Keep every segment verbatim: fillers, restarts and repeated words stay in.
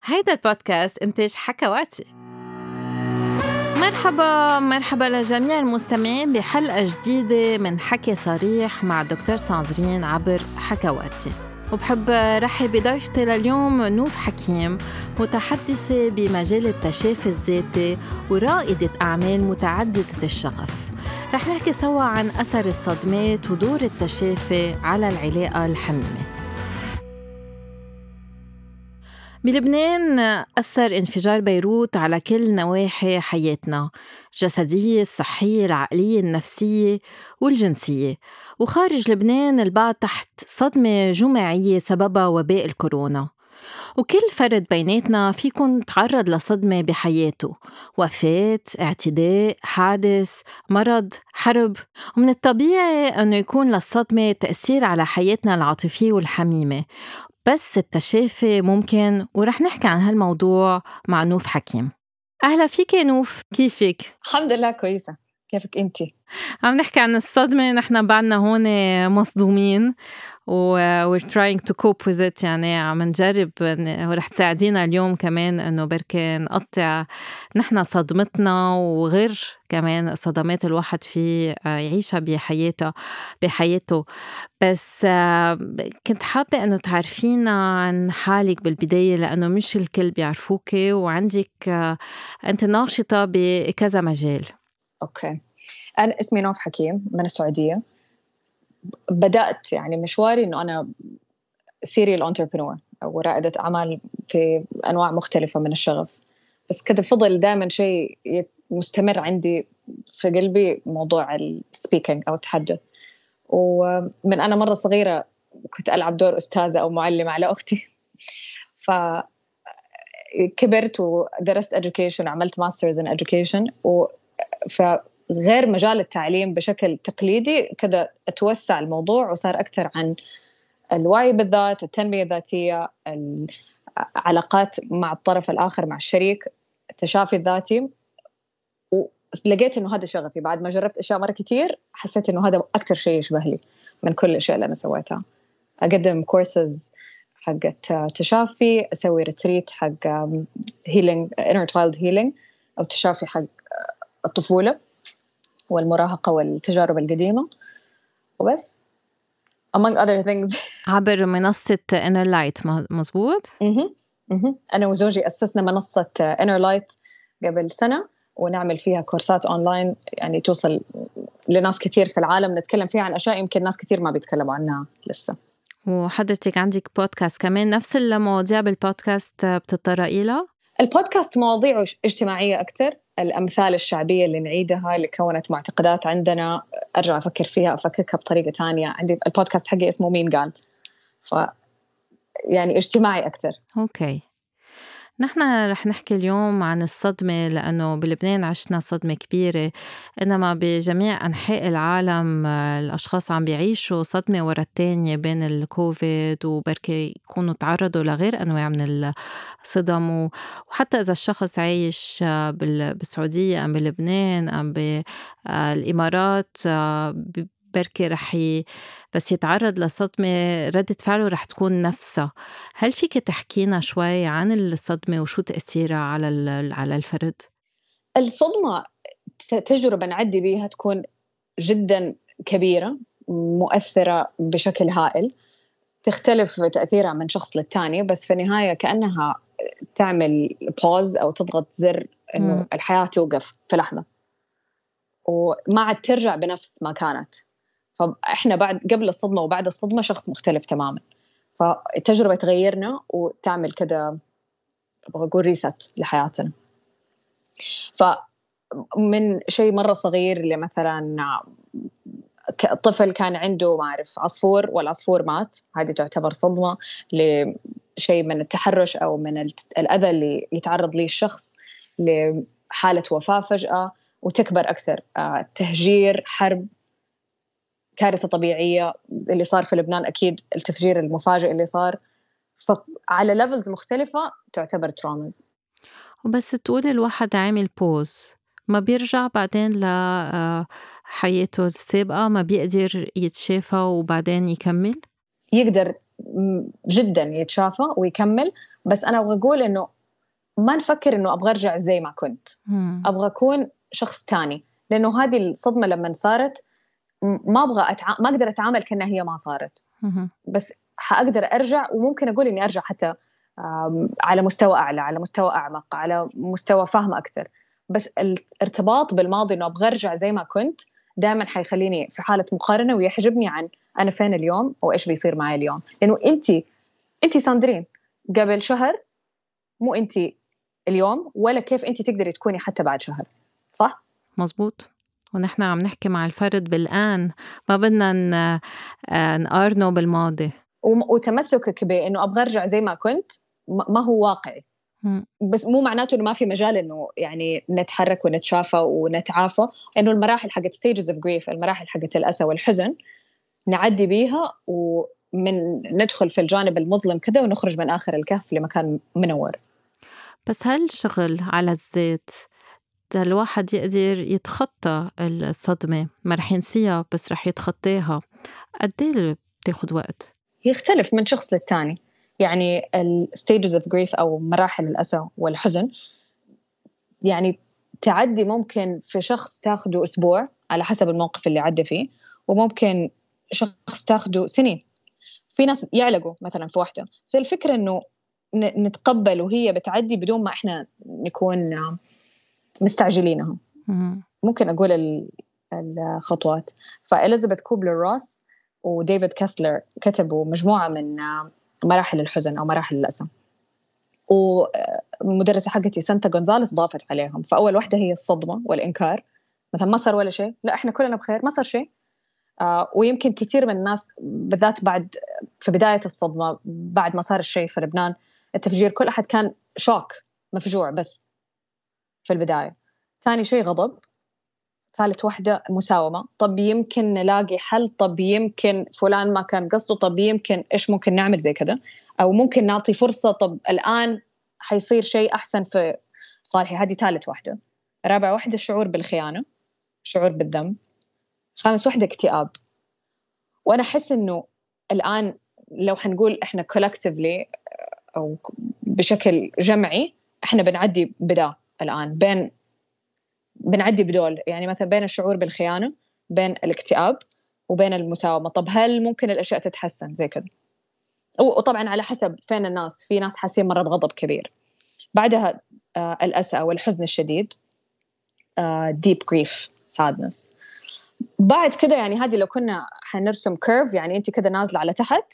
هيدا البودكاست إنتاج حكواتي. مرحبا مرحبا لجميع المستمعين بحلقة جديدة من حكي صريح مع دكتور ساندرين عبر حكواتي. وبحب رحب بضيفتي لليوم نوف حكيم، متحدثة بمجال التشافي الذاتي ورائدة أعمال متعددة الشغف. رح نحكي سوا عن أثر الصدمات ودور التشافي على العلاقة الحميمة. بلبنان أثر انفجار بيروت على كل نواحي حياتنا، الجسدية، الصحية، العقلية، النفسية والجنسية. وخارج لبنان البعض تحت صدمة جماعية سببها وباء الكورونا، وكل فرد بيناتنا فيكن تعرض لصدمة بحياته، وفاة، اعتداء، حادث، مرض، حرب. ومن الطبيعي أنه يكون للصدمة تأثير على حياتنا العاطفية والحميمة، بس التشافي ممكن. ورح نحكي عن هالموضوع مع نوف حكيم. أهلا فيك نوف، كيفك؟ الحمد لله كويسة، كيفك أنتي؟ عم نحكي عن الصدمة، نحن بعدنا هون مصدومين و we're trying to cope with it، يعني عم نجرب ورح تساعدينا اليوم كمان إنه بركي نقطع نحن صدمتنا وغير كمان صدمات الواحد في يعيشها بحياته بحياته بس كنت حابة إنه تعرفينا عن حالك بالبداية، لأنه مش الكل بيعرفوك وعندك أنت ناشطة بكذا مجال. أوكي، أنا اسمي نوف حكيم من السعودية. بدأت يعني مشواري إنه أنا serial entrepreneur أو رائدة أعمال في أنواع مختلفة من الشغف، بس كده فضل دائما شيء مستمر عندي في قلبي، موضوع السبيكينج أو التحدث. ومن أنا مرة صغيرة كنت ألعب دور أستاذة أو معلمة على أختي، فكبرت ودرست education وعملت masters in education. و فغير مجال التعليم بشكل تقليدي كده اتوسع الموضوع وصار أكثر عن الوعي بالذات، التنمية الذاتية، العلاقات مع الطرف الآخر، مع الشريك، التشافي الذاتي. ولقيت إنه هذا شغفي بعد ما جربت أشياء مرة كتير. حسيت إنه هذا أكتر شيء يشبه لي من كل الأشياء اللي أنا سويتها. أقدم كورسز حقت تشافي، أسوي ريتريت حق healing inner child healing أو تشافي حق الطفولة والمراهقة والتجارب القديمة، وبس among other things. عبر منصة Inner Light، مزبوط؟ مه. مه. أنا وزوجي أسسنا منصة Inner Light قبل سنة، ونعمل فيها كورسات أونلاين يعني توصل لناس كتير في العالم. نتكلم فيها عن أشياء يمكن ناس كتير ما بيتكلموا عنها لسه. وحضرتك عندك بودكاست كمان، نفس المواضيع بالبودكاست بتطرقي لها؟ البودكاست مواضيعه اجتماعية أكتر، الأمثال الشعبية اللي نعيدها اللي كونت معتقدات عندنا أرجع أفكر فيها أفككها بطريقة تانية. عندي البودكاست حقي اسمه مين قال، ف يعني اجتماعي أكتر. أوكي، نحن رح نحكي اليوم عن الصدمة، لأنه بلبنان عشنا صدمة كبيرة، إنما بجميع أنحاء العالم الأشخاص عم بيعيشوا صدمة ورا التانية بين الكوفيد، وبركي يكونوا تعرضوا لغير أنواع من الصدم. وحتى إذا الشخص عايش بالسعودية أم بلبنان أم بالإمارات، بركي رح ي... بس يتعرض لصدمة ردة فعله رح تكون نفسها. هل فيك تحكينا شوي عن الصدمة وشو تأثيرها على على الفرد؟ الصدمة تجربة نعدي بيها تكون جدا كبيرة، مؤثرة بشكل هائل، تختلف تأثيرها من شخص للتاني، بس في النهاية كأنها تعمل باوز أو تضغط زر إنه م. الحياة توقف في لحظة وما عاد ترجع بنفس ما كانت. فإحنا بعد قبل الصدمة وبعد الصدمة شخص مختلف تماماً. فالتجربة تغيرنا وتعمل كده أبغى أقول ريست لحياتنا. فمن شيء مرة صغير لمثلاً طفل كان عنده ما أعرف عصفور والعصفور مات، هذه تعتبر صدمة. لشيء من التحرش أو من الأذى اللي يتعرض ليه الشخص، لحالة وفاة فجأة وتكبر أكثر، تهجير، حرب، كارثة طبيعية اللي صار في لبنان، أكيد التفجير المفاجئ اللي صار. فعلى ليفلز مختلفة تعتبر تروماز. وبس تقول الواحد عامل بوز ما بيرجع بعدين لحياته السابقة، ما بيقدر يتشافى وبعدين يكمل. يقدر جدا يتشافى ويكمل، بس أنا بقول إنه ما نفكر إنه أبغى أرجع زي ما كنت، أبغى أكون شخص تاني، لأنه هذه الصدمة لما صارت ما أبغى أتع... ما أقدر أتعامل كأنها هي ما صارت، بس حأقدر أرجع، وممكن أقول إني أرجع حتى على مستوى أعلى، على مستوى أعمق، على مستوى فهم أكثر. بس الارتباط بالماضي إنه أبغى أرجع زي ما كنت دائما حيخليني في حالة مقارنة ويحجبني عن أنا فين اليوم وإيش بيصير معي اليوم. لأنه أنتي أنتي ساندرين قبل شهر مو أنتي اليوم، ولا كيف أنتي تقدري تكوني حتى بعد شهر، صح؟ مزبوط. ونحن عم نحكي مع الفرد بالآن، ما بدنا نقارنه بالماضي. وتمسكك بإنه أبغى أرجع زي ما كنت ما هو واقعي. م. بس مو معناته إنه ما في مجال إنه يعني نتحرك ونتشافى ونتعافى، إنه المراحل حقت stages of grief، المراحل حقت الأسى والحزن نعدي بيها ومن ندخل في الجانب المظلم كده ونخرج من آخر الكهف لمكان منور. بس هل شغل على الذات الواحد يقدر يتخطى الصدمة؟ ما رح ينسيها بس رح يتخطيها، قد ايه بتاخد وقت؟ يختلف من شخص للتاني. يعني ال stages of grief أو مراحل الأسى والحزن يعني تعدي ممكن في شخص تاخده أسبوع على حسب الموقف اللي عدى فيه، وممكن شخص تاخده سنين. في ناس يعلقوا مثلا في واحدة، بس الفكرة إنه نتقبل وهي بتعدي بدون ما إحنا نكون مستعجلينها. ممكن أقول الخطوات. فإليزابيث كوبلر روس وديفيد كاسلر كتبوا مجموعة من مراحل الحزن أو مراحل الأسى، ومدرسة حقتي سانتا غونزاليس ضافت عليهم. فأول واحدة هي الصدمة والإنكار، مثلا ما صار ولا شيء، لا إحنا كلنا بخير، ما صار شيء. آه ويمكن كثير من الناس بالذات بعد في بداية الصدمة بعد ما صار الشيء في لبنان التفجير، كل أحد كان شوك مفجوع بس في البداية. ثاني شيء غضب. ثالث واحدة مساومة، طب يمكن نلاقي حل، طب يمكن فلان ما كان قصده، طب يمكن إيش ممكن نعمل زي كده، أو ممكن نعطي فرصة، طب الآن حيصير شيء أحسن في صالحي. هذه ثالث واحدة. رابع واحدة الشعور بالخيانة، شعور بالذنب. خامس واحدة اكتئاب. وأنا أحس إنه الآن لو حنقول إحنا collectively أو بشكل جمعي إحنا بنعدي بدا الآن بين بنعدي بدول، يعني مثلا بين الشعور بالخيانة، بين الاكتئاب، وبين المساومة. طب هل ممكن الأشياء تتحسن زي كده؟ وطبعا على حسب فين الناس. في ناس حاسين مرة بغضب كبير. بعدها آه الأسى والحزن الشديد، آه deep grief sadness. بعد كده يعني هذه لو كنا حنرسم كيرف، يعني أنت كده نازلة على تحت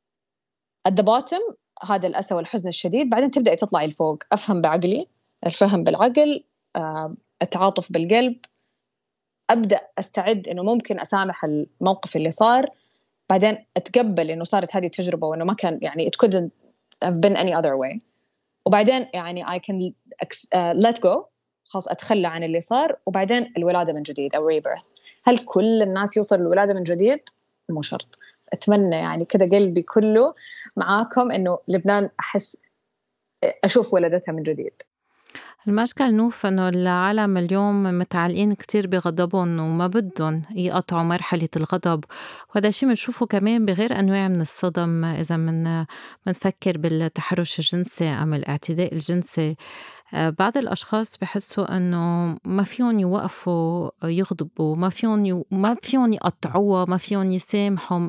at the bottom، هذا الأسى والحزن الشديد. بعدين تبدأي تطلعي لفوق، أفهم بعقلي، الفهم بالعقل، آه التعاطف بالقلب، أبدأ أستعد إنه ممكن أسامح الموقف اللي صار، بعدين أتقبل إنه صارت هذه التجربة وإنه ما كان يعني it couldn't have been any other way. وبعدين يعني I can uh, let go، خلاص أتخلى عن اللي صار. وبعدين الولادة من جديد أو rebirth. هل كل الناس يوصل للولادة من جديد؟ مو شرط. أتمنى يعني كده قلبي كله معاكم إنه لبنان أحس أشوف ولادتها من جديد. المشكلة نوف إنه العالم اليوم متعلقين كتير بغضبهم وما بدهم يقطعوا مرحلة الغضب، وهذا الشيء بنشوفه كمان بغير أنواع من الصدم. إذا من منفكر بالتحرش الجنسي أم الاعتداء الجنسي، بعض الأشخاص بحسوا إنه ما فيهم يوقفوا يغضبوا، ما فيهم ي... ما فيهم يقطعوها، ما فيهم يسامحوا.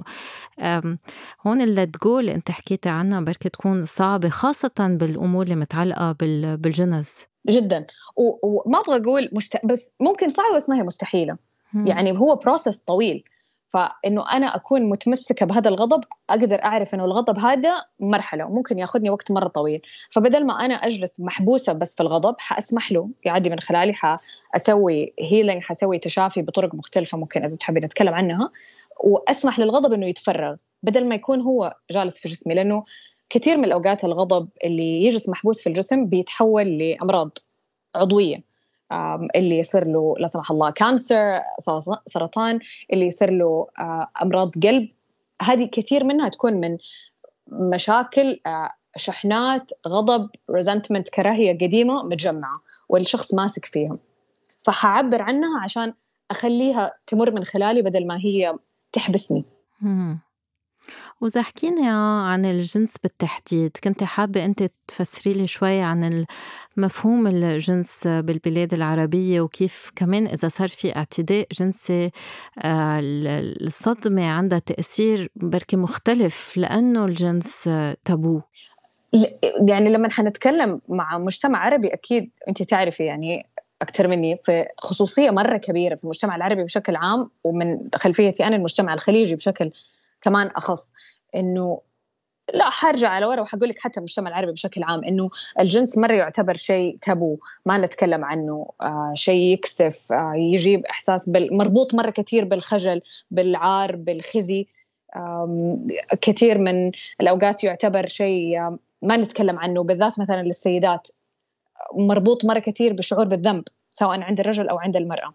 هون الليت جو اللي أنت حكيتي عنها بركي تكون صعبة، خاصة بالأمور اللي متعلقة بال... بالجنس جدا. وما أبغى أقول مست... بس ممكن صعبة، بس ما هي مستحيلة. هم. يعني هو بروسس طويل. فإنه أنا أكون متمسكة بهذا الغضب، أقدر أعرف إنه الغضب هذا مرحلة وممكن ياخدني وقت مرة طويل. فبدل ما أنا أجلس محبوسة بس في الغضب، حأسمح له يعدي من خلالي، حأسوي هيلينج، حأسوي تشافي بطرق مختلفة ممكن إذا تحبي نتكلم عنها، وأسمح للغضب إنه يتفرغ بدل ما يكون هو جالس في جسمي. لأنه كثير من الأوقات الغضب اللي يجلس محبوس في الجسم بيتحول لأمراض عضوية، اللي يصير له لا سمح الله كانسر، سرطان، اللي يصير له أمراض قلب. هذه كثير منها تكون من مشاكل شحنات غضب، resentment، كراهية قديمة متجمعة والشخص ماسك فيها. فحعبر عنها عشان أخليها تمر من خلالي بدل ما هي تحبسني. مم. وإذا حكينا عن الجنس بالتحديد، كنت حابة أنت تفسري لي شوي عن مفهوم الجنس بالبلاد العربية، وكيف كمان إذا صار في اعتداء جنسي آه، ال- الصدمة عندها تأثير بركي مختلف لأنه الجنس آه، تابو. ل- يعني لما حنتكلم مع مجتمع عربي أكيد أنت تعرفي يعني أكثر مني في خصوصية مرة كبيرة في المجتمع العربي بشكل عام، ومن خلفيتي أنا المجتمع الخليجي بشكل كمان أخص، إنه لا حارجع على ورا وحقول لك حتى المجتمع العربي بشكل عام إنه الجنس مرة يعتبر شيء تابو، ما نتكلم عنه، آه شيء يكسف، آه يجيب إحساس بال- مربوط مرة كثير بالخجل، بالعار، بالخزي. آم، كثير من الأوقات يعتبر شيء آم، ما نتكلم عنه، بالذات مثلا للسيدات مربوط مرة كثير بالشعور بالذنب سواء عند الرجل أو عند المرأة.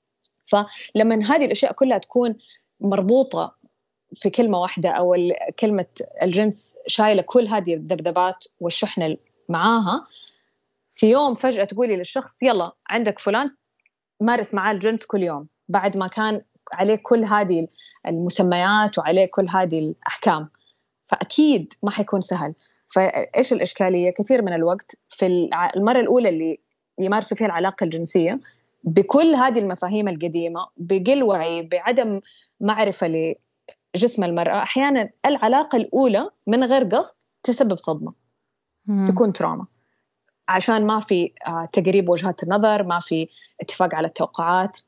فلما هذه الأشياء كلها تكون مربوطة في كلمة واحدة، أو كلمة الجنس شايلة كل هذه الذبذبات والشحنة معاها، في يوم فجأة تقولي للشخص يلا عندك فلان مارس معاه الجنس كل يوم، بعد ما كان عليه كل هذه المسميات وعليه كل هذه الأحكام، فأكيد ما حيكون سهل. فإيش الإشكالية؟ كثير من الوقت في المرة الأولى اللي يمارسوا فيها العلاقة الجنسية بكل هذه المفاهيم القديمة، بقل وعي، بعدم معرفة جسم المرأة، أحيانا العلاقة الأولى من غير قصد تسبب صدمة، مم. تكون تراما، عشان ما في آه، تقريب وجهات النظر، ما في اتفاق على التوقعات.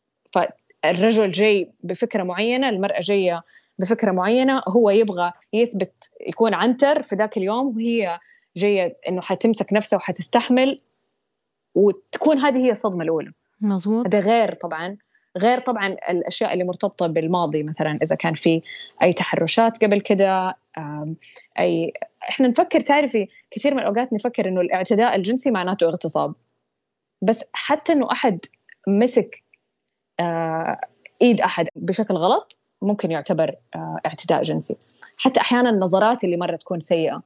فالرجل جاي بفكرة معينة، المرأة جاية بفكرة معينة، هو يبغى يثبت يكون عنتر في ذاك اليوم، وهي جاية إنه حتمسك نفسها وحتستحمل، وتكون هذه هي الصدمة الأولى. مظبوط. هذا غير طبعا، غير طبعا الأشياء اللي مرتبطة بالماضي، مثلا إذا كان في أي تحرشات قبل كده، أي إحنا نفكر، تعرفي كثير من الأوقات نفكر إنه الاعتداء الجنسي معناته اغتصاب، بس حتى إنه أحد مسك آه، إيد أحد بشكل غلط ممكن يعتبر آه، اعتداء جنسي. حتى أحيانا النظرات اللي مرة تكون سيئة،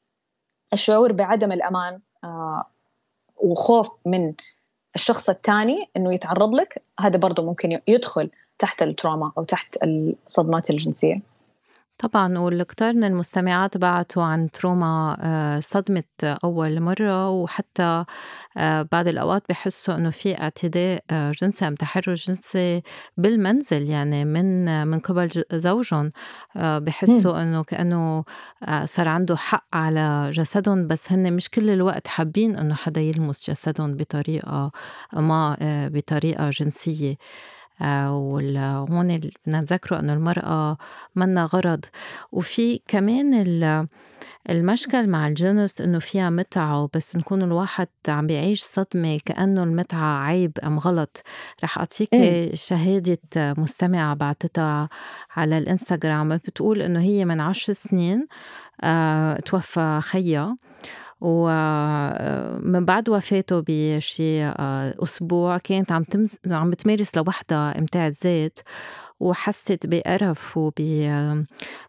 الشعور بعدم الأمان آه، وخوف من الشخص الثاني إنه يتعرض لك، هذا برضو ممكن يدخل تحت التراما أو تحت الصدمات الجنسية. طبعا، والكتار من المستمعات بعتوا عن تروما آه، صدمة أول مرة، وحتى آه، بعض الأوقات بحسوا إنه في اعتداء آه، جنسي أم تحرش جنسي بالمنزل، يعني من آه، من قبل ج- زوجهم. آه، مم. بحسوا إنه كأنه آه، صار عنده حق على جسدهم، بس هن مش كل الوقت حابين إنه حدا يلمس جسدهم بطريقة ما آه، بطريقة جنسية. آه، وال- هون ال- بدنا نذكره إنه المرأة منا غرض. وفي كمان ال- المشكل مع الجنس إنه فيها متعة، بس نكون الواحد عم بيعيش صدمة كأنه المتعة عيب أم غلط. رح أعطيك مم. شهادة مستمعة بعتتها على الإنستغرام، بتقول إنه هي من عشر سنين آه، توفى خيها، ومن بعد وفاته بشي آه، أسبوع كانت عم تمس... عم بتمارس لوحدها إمتاع ذات، وحست بقرف وبعيب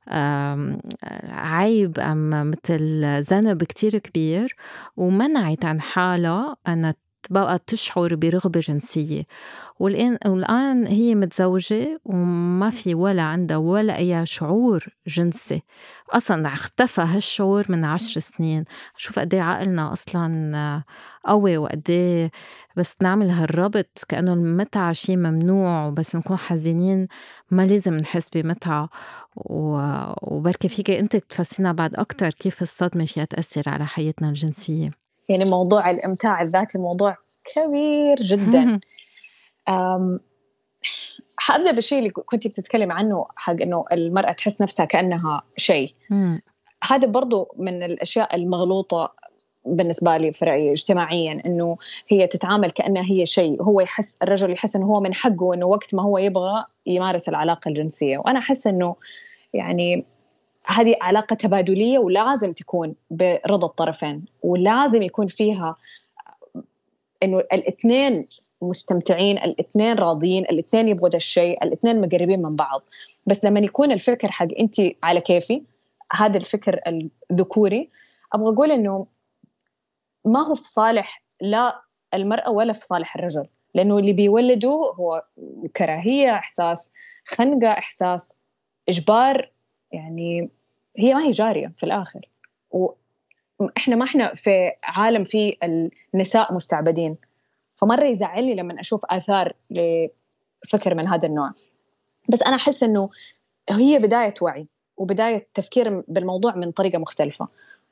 أم مثل ذنب كتير كبير، ومنعت عن حالها أن بقى تشعر برغبة جنسية. والآن والآن هي متزوجة وما في ولا عندها ولا أي شعور جنسي، أصلا اختفى هالشعور من عشر سنين. شوف قد ايه عقلنا أصلا قوي، وقد ايه بس نعمل هالربط كأنه المتعة شي ممنوع، وبس نكون حزينين ما لازم نحس بمتعة. و- وبركي فيك أنت تفسينا بعد أكتر كيف الصدمة فيها تأثر على حياتنا الجنسية. يعني موضوع الإمتاع الذاتي موضوع كبير جدا. أم، حابدأ بالشيء اللي كنتي بتتكلم عنه، حق إنه المرأة تحس نفسها كأنها شيء. مم. هذا برضو من الأشياء المغلوطة بالنسبة لي في رأيي اجتماعيا، إنه هي تتعامل كأنها هي شيء، هو يحس، الرجل يحس إنه هو من حقه إنه وقت ما هو يبغى يمارس العلاقة الجنسية. وأنا أحس إنه يعني هذه علاقة تبادلية، ولازم تكون برضا الطرفين، ولازم يكون فيها إنه الاثنين مستمتعين، الاثنين راضيين، الاثنين يبغوا ده الشيء، الاثنين مقربين من بعض. بس لما يكون الفكر حق أنت على كيفي، هذا الفكر الذكوري، أبغى أقول إنه ما هو في صالح لا المرأة ولا في صالح الرجل، لأنه اللي بيولده هو كراهية، إحساس خنقة، إحساس إجبار. يعني هي ما هي جارية في الآخر. وإحنا ما إحنا في عالم فيه النساء مستعبدين، فمرة يزعلني لما أشوف آثار لفكر من هذا النوع. بس أنا أحس إنه هي بداية وعي وبداية تفكير بالموضوع من طريقة مختلفة.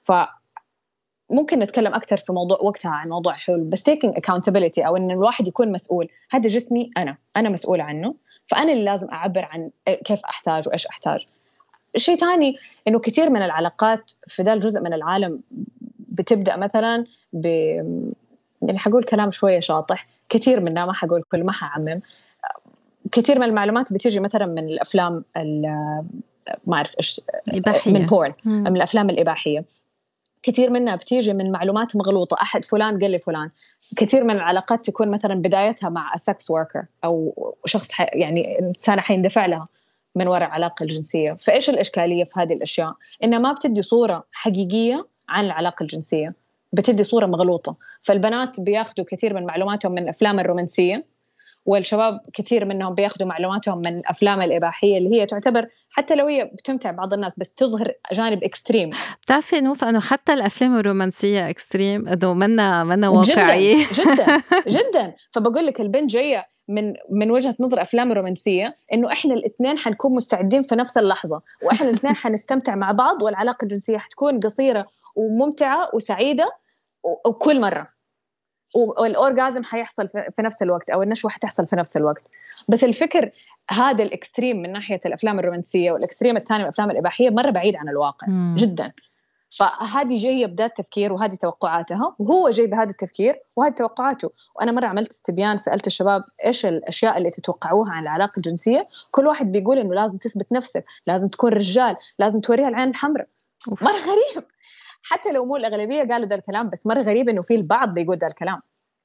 فممكن نتكلم أكثر في موضوع وقتها عن موضوع الحلول، بس taking accountability، أو إن الواحد يكون مسؤول. هذا جسمي أنا أنا مسؤول عنه، فأنا اللي لازم أعبر عن كيف أحتاج وإيش أحتاج. شيء تاني إنه كثير من العلاقات في ذا الجزء من العالم بتبدأ مثلا ب يعني حقول كلام شوية شاطح، كثير منها، ما حقول كل، ما حعمم. كثير من المعلومات بتيجي مثلا من الأفلام ما أعرف إيش، من بورن، من الأفلام الإباحية. كثير منها بتيجي من معلومات مغلوطة، أحد فلان قال لي فلان. كثير من العلاقات تكون مثلا بدايتها مع سكس وركر أو شخص حي يعني إنسانة حيندفع لها من وراء العلاقة الجنسية. فإيش الإشكالية في هذه الأشياء؟ إنها ما بتدي صورة حقيقية عن العلاقة الجنسية، بتدي صورة مغلوطة. فالبنات بياخدوا كثير من معلوماتهم من الأفلام الرومانسية، والشباب كثير منهم بياخدوا معلوماتهم من الأفلام الإباحية اللي هي تعتبر حتى لو هي بتمتع بعض الناس بس تظهر جانب إكستريم. بتعرفي نوف أنه حتى الأفلام الرومانسية إكستريم، أنه منا منا واقعية جدا جدا. فبقول لك البنت جاية من من وجهة نظر أفلام الرومانسية إنه إحنا الاثنين حنكون مستعدين في نفس اللحظة، وإحنا الاثنين حنستمتع مع بعض، والعلاقة الجنسية حتكون قصيرة وممتعة وسعيدة وكل مرة، والأورغازم حيحصل في نفس الوقت، أو النشوة حتحصل في نفس الوقت. بس الفكر هذا الإكستريم من ناحية الأفلام الرومانسية، والإكستريم الثاني من الأفلام الإباحية مرة بعيد عن الواقع مم. جدا. فهذه جاية بداية تفكير، وهذه توقعاتها، وهو جاي بهذا التفكير وهذه توقعاته. وأنا مرة عملت استبيان، سألت الشباب إيش الأشياء اللي تتوقعوها عن العلاقة الجنسية. كل واحد بيقول إنه لازم تثبت نفسك، لازم تكون رجال، لازم توريها العين الحمراء. مرة غريب، حتى لو مو الأغلبية قالوا ده الكلام، بس مرة غريب إنه في البعض بيقول ده الكلام.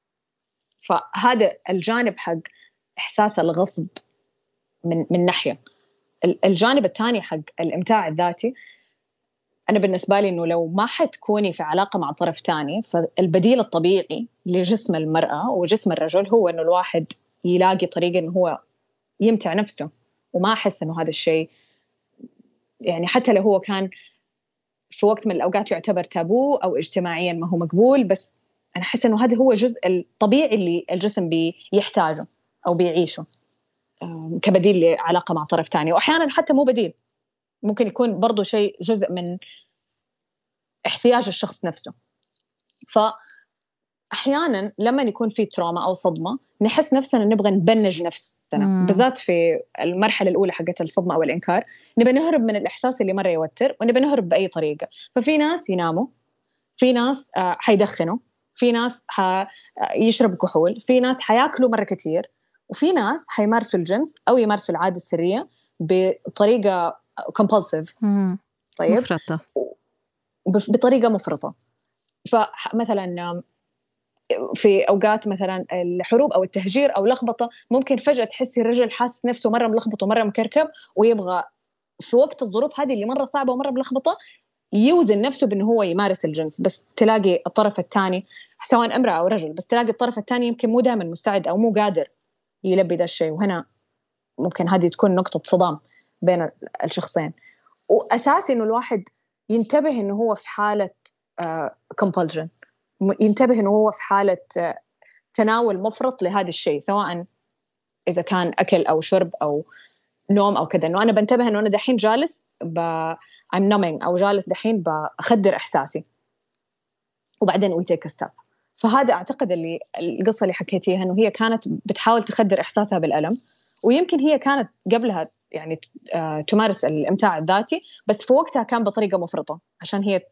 فهذا الجانب حق إحساس الغصب من من ناحية. الجانب الثاني حق الإمتاع الذاتي، أنا بالنسبة لي إنه لو ما حتكوني في علاقة مع طرف تاني، فالبديل الطبيعي لجسم المرأة وجسم الرجل هو إنه الواحد يلاقي طريقة إنه هو يمتع نفسه. وما أحس إنه هذا الشيء يعني حتى لو هو كان في وقت من الأوقات يعتبر تابو أو اجتماعيا ما هو مقبول، بس أنا أحس إنه هذا هو الجزء الطبيعي اللي الجسم بيحتاجه أو بيعيشه كبديل لعلاقة مع طرف تاني. وأحيانا حتى مو بديل، ممكن يكون برضو شيء جزء من احتياج الشخص نفسه. فأحيانا لما يكون في تروما أو صدمة نحس نفسنا نبغى نبنج نفسنا، بالذات في المرحلة الأولى حقت الصدمة أو الإنكار، نبغى نهرب من الإحساس اللي مرة يوتر، ونبغى نهرب بأي طريقة. ففي ناس يناموا، في ناس حيدخنوا، في ناس حيشربوا كحول، في ناس حياكلوا مرة كتير، وفي ناس حيمارسوا الجنس أو يمارسوا العادة السرية بطريقة compulsive، طيب مفرطة، بطريقة مفرطة. فمثلا في أوقات مثلا الحروب أو التهجير أو لخبطة، ممكن فجأة تحسي الرجل حاسس نفسه مرة ملخبط ومرة مكركب، ويبغى في وقت الظروف هذه اللي مرة صعبة ومرة ملخبطة يوزن نفسه بأنه هو يمارس الجنس. بس تلاقي الطرف الثاني سواء امرأة أو رجل، بس تلاقي الطرف الثاني يمكن مو دائما مستعد أو مو قادر يلبي ده الشيء، وهنا ممكن هذه تكون نقطة صدام بين الشخصين. وأساسي إنه الواحد ينتبه إنه هو في حالة compulsion، ينتبه إنه هو في حالة تناول مفرط لهذا الشيء، سواء إذا كان أكل أو شرب أو نوم أو كذا. إنه أنا بنتبه إنه أنا دحين جالس ب I'm numbing، أو جالس دحين بأخدر إحساسي، وبعدين we take a step. فهذا أعتقد اللي القصة اللي حكيتيها إنه هي كانت بتحاول تخدر إحساسها بالألم، ويمكن هي كانت قبلها يعني تمارس الإمتاع الذاتي، بس في وقتها كان بطريقة مفرطة عشان هي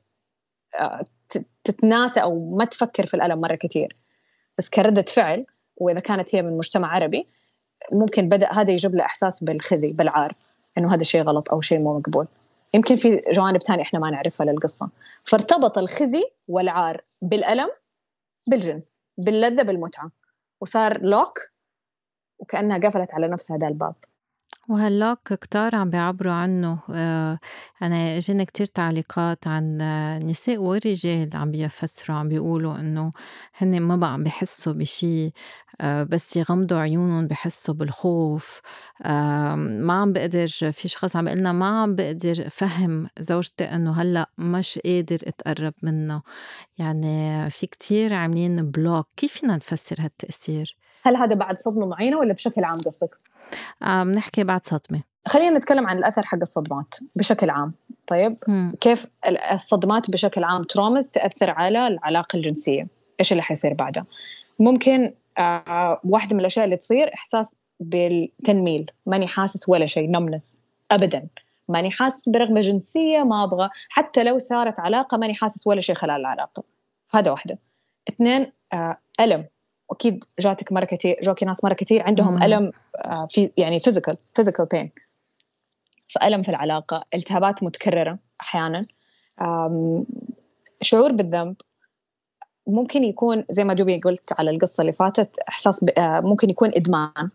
تتناسى أو ما تفكر في الألم مرة كتير. بس كردة فعل، وإذا كانت هي من مجتمع عربي، ممكن بدأ هذا يجيب له إحساس بالخزي بالعار، إنه هذا شيء غلط أو شيء مو مقبول. يمكن في جوانب تانية إحنا ما نعرفها للقصة. فارتبط الخزي والعار بالألم بالجنس باللذة بالمتعة، وصار لوك، وكأنها قفلت على نفسها هذا الباب. وهلاك كتار عم بيعبروا عنه. آه، أنا إجاني كتير تعليقات عن آه، نساء ورجال عم بيفسروا، عم بيقولوا إنه هن ما بقى عم بحسوا بشي. آه، بس يغمضوا عيونهم بحسوا بالخوف. آه، ما عم بقدر، في شخص عم بيقلنا ما عم بقدر فهم زوجتي إنه هلأ مش قادر اتقرب منه. يعني في كتير عاملين بلوك. كيف فينا نفسر هالتأثير؟ هل هذا بعد صدمة معينة ولا بشكل عام قصدك؟ عم نحكي بعد صدمة. خلينا نتكلم عن الأثر حق الصدمات بشكل عام. طيب، مم. كيف الصدمات بشكل عام ترومز تأثر على العلاقة الجنسية؟ إيش اللي حيصير بعدها؟ ممكن آه واحدة من الأشياء اللي تصير إحساس بالتنميل، ماني حاسس ولا شيء، نمنس أبدا، ماني حاسس برغبة جنسية، ما أبغى، حتى لو صارت علاقة ماني حاسس ولا شيء خلال العلاقة. هذا واحدة. اثنين، آه ألم. أكيد جاتك مرة كتير، جوكي ناس مرة كتير عندهم مم. ألم، آه في يعني physical physical pain، فألم في العلاقة، التهابات متكررة أحيانا، آم، شعور بالذنب. ممكن يكون زي ما دوبي قلت على القصة اللي فاتت، إحساس ب... آه، ممكن يكون إدمان،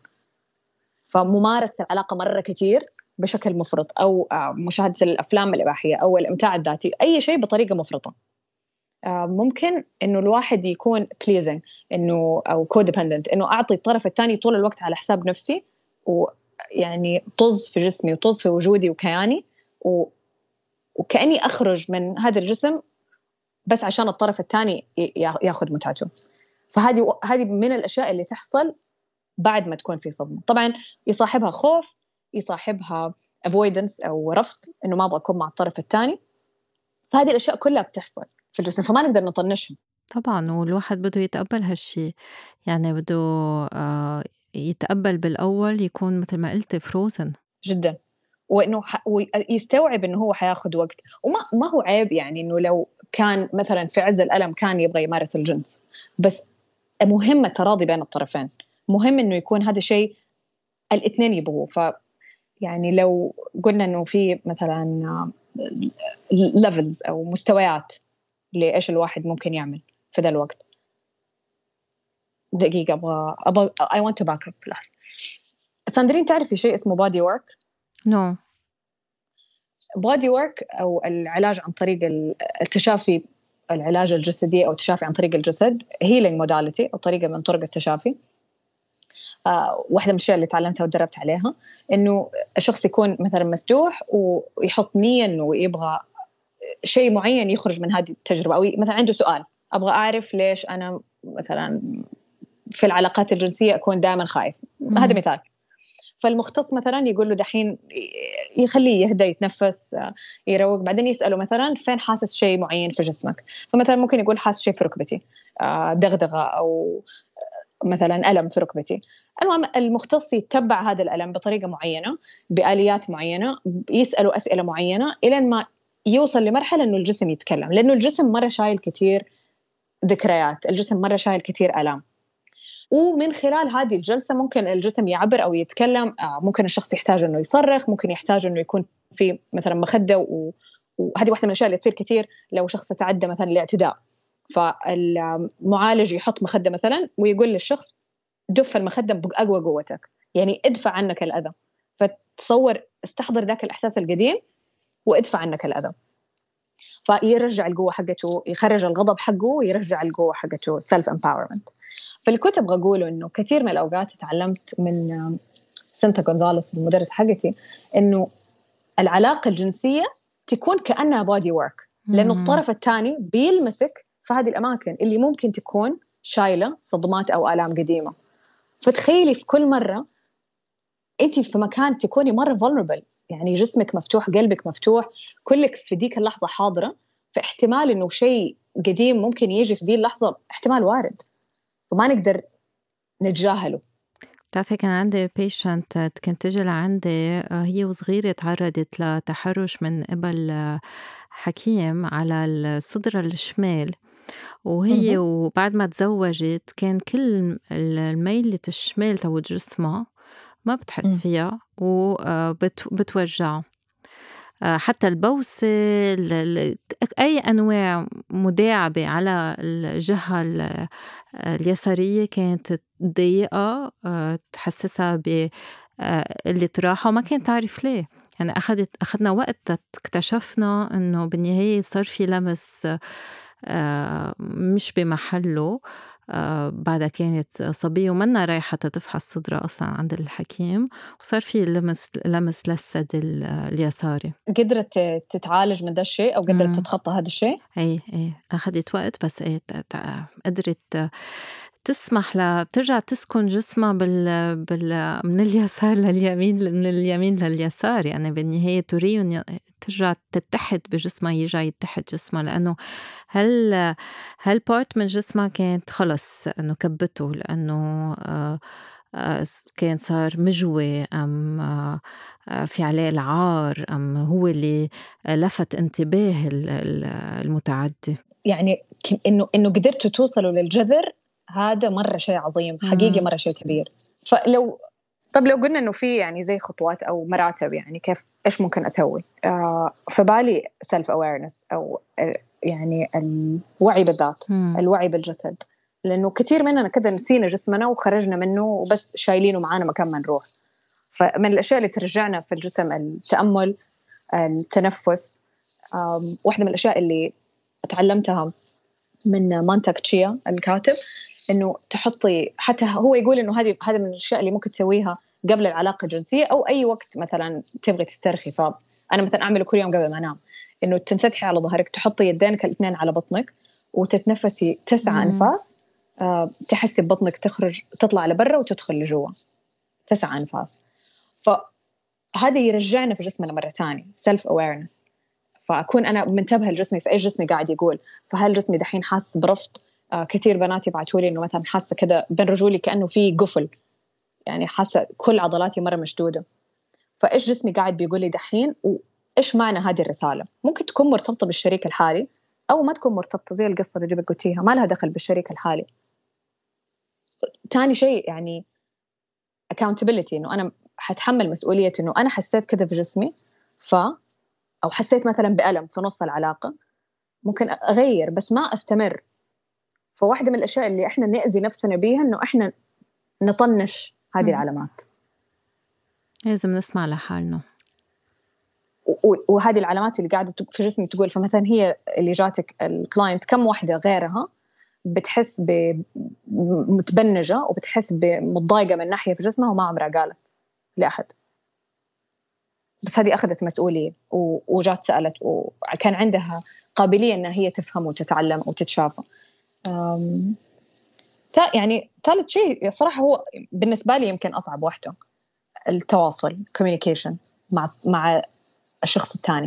فممارسة العلاقة مرة كتير بشكل مفرط، أو آه، مشاهدة الأفلام الإباحية أو الإمتاع الذاتي، أي شيء بطريقة مفرطة. آه، ممكن إنه الواحد يكون pleasing، إنه أو codependent، إنه أعطي الطرف الثاني طول الوقت على حساب نفسي، ويعني طز في جسمي وطز في وجودي وكياني، و... وكأني أخرج من هذا الجسم بس عشان الطرف الثاني ياخذ متعته. فهذه هذه من الأشياء اللي تحصل بعد ما تكون في صدمة. طبعا يصاحبها خوف، يصاحبها avoidance أو رفض، إنه ما أبغى أكون مع الطرف الثاني. فهذه الأشياء كلها بتحصل في الجسم، فما نقدر نطنشها. طبعا، والواحد بده يتقبل هالشي. يعني بده آه يتقبل بالأول، يكون مثل ما قلت فروزن جدا، وإنه ح... ويستوعب إنه هو حياخد وقت، وما ما هو عيب يعني إنه لو كان مثلا في عز الألم كان يبغى يمارس الجنس، بس مهم التراضي بين الطرفين، مهم إنه يكون هذا شيء الاثنين يبغوه. ف يعني لو قلنا إنه في مثلا ليفلز أو مستويات لإيش الواحد ممكن يعمل في ذا الوقت. دقيقة، أبغى أبغى I want to back up. لحظة. ساندرين، تعرفي شيء اسمه body work؟ نو. body work أو العلاج عن طريق التشافي، العلاج الجسدي أو التشافي عن طريق الجسد، healing modality أو طريقة من طرق التشافي. آه، واحدة من الأشياء اللي تعلمتها ودربت عليها إنه الشخص يكون مثلا مسدوح ويحط نية إنه يبغى شيء معين يخرج من هذه التجربة، أو مثلا عنده سؤال، أبغى أعرف ليش أنا مثلا في العلاقات الجنسية أكون دائما خايف. هذا مثال. فالمختص مثلا يقول له دحين، يخليه يهدى، يتنفس، يروق، بعدين يسأله مثلا فين حاسس شيء معين في جسمك. فمثلا ممكن يقول حاسس شيء في ركبتي، دغدغة، أو مثلا ألم في ركبتي. المهم المختص يتبع هذا الألم بطريقة معينة، بآليات معينة، يسأله أسئلة معينة إلى ما يوصل لمرحلة إنه الجسم يتكلم، لأنه الجسم مرة شايل كتير ذكريات، الجسم مرة شايل كتير آلام. ومن خلال هذه الجلسة ممكن الجسم يعبر أو يتكلم. ممكن الشخص يحتاج إنه يصرخ، ممكن يحتاج إنه يكون في مثلا مخدة، و... وهذه واحدة من الأشياء اللي تصير كتير لو شخص تعدى مثلا الاعتداء، فالمعالج يحط مخدة مثلا ويقول للشخص دف المخدة بأقوى قوتك، يعني ادفع عنك الأذى. فتصور، استحضر ذاك الإحساس القديم وادفع عنك الأذى، فيرجع القوة حقته، يخرج الغضب حقه ويرجع القوة حقته. self empowerment. فالكنت أبغى أقوله إنه كثير من الأوقات تعلمت من سنتا غونزاليس المدرس حقتي إنه العلاقة الجنسية تكون كأنها body work، لأنه الطرف الثاني بيلمسك في هذه الأماكن اللي ممكن تكون شايلة صدمات أو آلام قديمة. فتخيلي في كل مرة أنت في مكان تكوني مرة vulnerable، يعني جسمك مفتوح، قلبك مفتوح، كلك في ديك اللحظة حاضرة، فاحتمال إنه شيء قديم ممكن يجي في دي اللحظة، احتمال وارد، وما نقدر نتجاهله. بتعرفي كان عندي patient كانت تجي لعندي، هي وصغيرة تعرضت لتحرش من قبل حكيم على الصدر الشمال، وهي وبعد ما تزوجت كان كل الميلة الشمال تبع جسمها ما بتحس فيها وبتوجع. حتى البوسة، أي أنواع مداعبة على الجهة اليسارية كانت تضايقها، تحسسها آه، اللي تراحة وما كانت تعرف ليه. يعني أخدت أخدنا وقت اكتشفنا إنه بالنهاية صار في لمس آه، مش بمحله. آه، بعدها كانت صبية ومنا رايحة تفحص صدرها أصلا عند الحكيم، وصار في لمس لمس للثدي ال- اليساري. قدرت تتعالج من ده الشيء أو قدرت مم. تتخطى هذا الشيء؟ ايه ايه أخدت وقت، بس ايه ت- ت- قدرت تسمح لها بترجع تسكن جسمها بال, بال من اليسار لليمين، من اليمين لليسار. يعني بالنهاية تريد ترجع تتحد بجسمها، يرجع يتحد جسمها، لأنه هل هالبارت من جسمها كانت خلص إنه كبته، لأنه آه آه، كان صار مجوي أم آه، آه، في عليه العار، أم هو اللي لفت انتباه ال- ال- المتعدي. يعني ك- إنه إنه قدرتوا توصلوا للجذر، هذا مرة شيء عظيم حقيقي، مم. مرة شيء كبير. فلو طب لو قلنا إنه في يعني زي خطوات أو مراتب، يعني كيف إيش ممكن أسوي؟ آه فبالي self awareness أو آه، يعني الوعي بالذات، مم. الوعي بالجسد. لأنه كثير مننا كده نسينا جسمنا وخرجنا منه وبس شايلينه معانا مكان ما نروح. فمن الأشياء اللي ترجعنا في الجسم التأمل، التنفس. آم، واحدة من الأشياء اللي تعلمتها من مانتاك تشيا الكاتب، إنه تحطي، حتى هو يقول إنه هذه هذا من الأشياء اللي ممكن تسويها قبل العلاقة الجنسية أو أي وقت مثلا تبغي تسترخي. فأنا مثلا أعمله كل يوم قبل ما أنام، إنه تنسدحي على ظهرك، تحطي يدينك الاثنين على بطنك وتتنفسي تسعة مم. أنفاس. آه، تحسي ببطنك تخرج تطلع لبرا وتدخل لجوا، تسعة أنفاس. فهذا يرجعنا في جسمنا مرة تانية self awareness. فأكون أنا منتبهة لجسمي في إيش جسمي قاعد يقول. فهل جسمي دحين حاس برفض؟ آه كثير بنات يبعتوا لي إنه مثلا حاسة كده بين رجولي كأنه في قفل، يعني حاسة كل عضلاتي مرة مشدودة. فإيش جسمي قاعد بيقول لي دحين، وإيش معنى هذه الرسالة؟ ممكن تكون مرتبطة بالشريك الحالي أو ما تكون مرتبطة، زي القصة اللي جبت قلتيها ما لها دخل بالشريك الحالي. تاني شيء يعني accountability، إنه أنا حتحمل مسؤولية إنه أنا حسيت كده في جسمي، ف أو حسيت مثلا بألم في نص العلاقة، ممكن أغير بس ما أستمر. فواحدة من الأشياء اللي إحنا نأذي نفسنا بيها إنه إحنا نطنش هذه مم. العلامات. لازم نسمع لحالنا. و- وهذه العلامات اللي قاعدة في جسمي تقول، فمثلا هي اللي جاتك الكلاينت كم واحدة غيرها بتحس بمتبنجة وبتحس بمتضايقة من ناحية في جسمها وما عمرها قالت لأحد، بس هذه أخذت مسؤولية و- وجات سألت وكان عندها قابلية إنها هي تفهم وتتعلم وتتشافى. أم، تا يعني ثالث شيء صراحة هو بالنسبة لي يمكن أصعب واحدة، التواصل communication مع مع الشخص الثاني.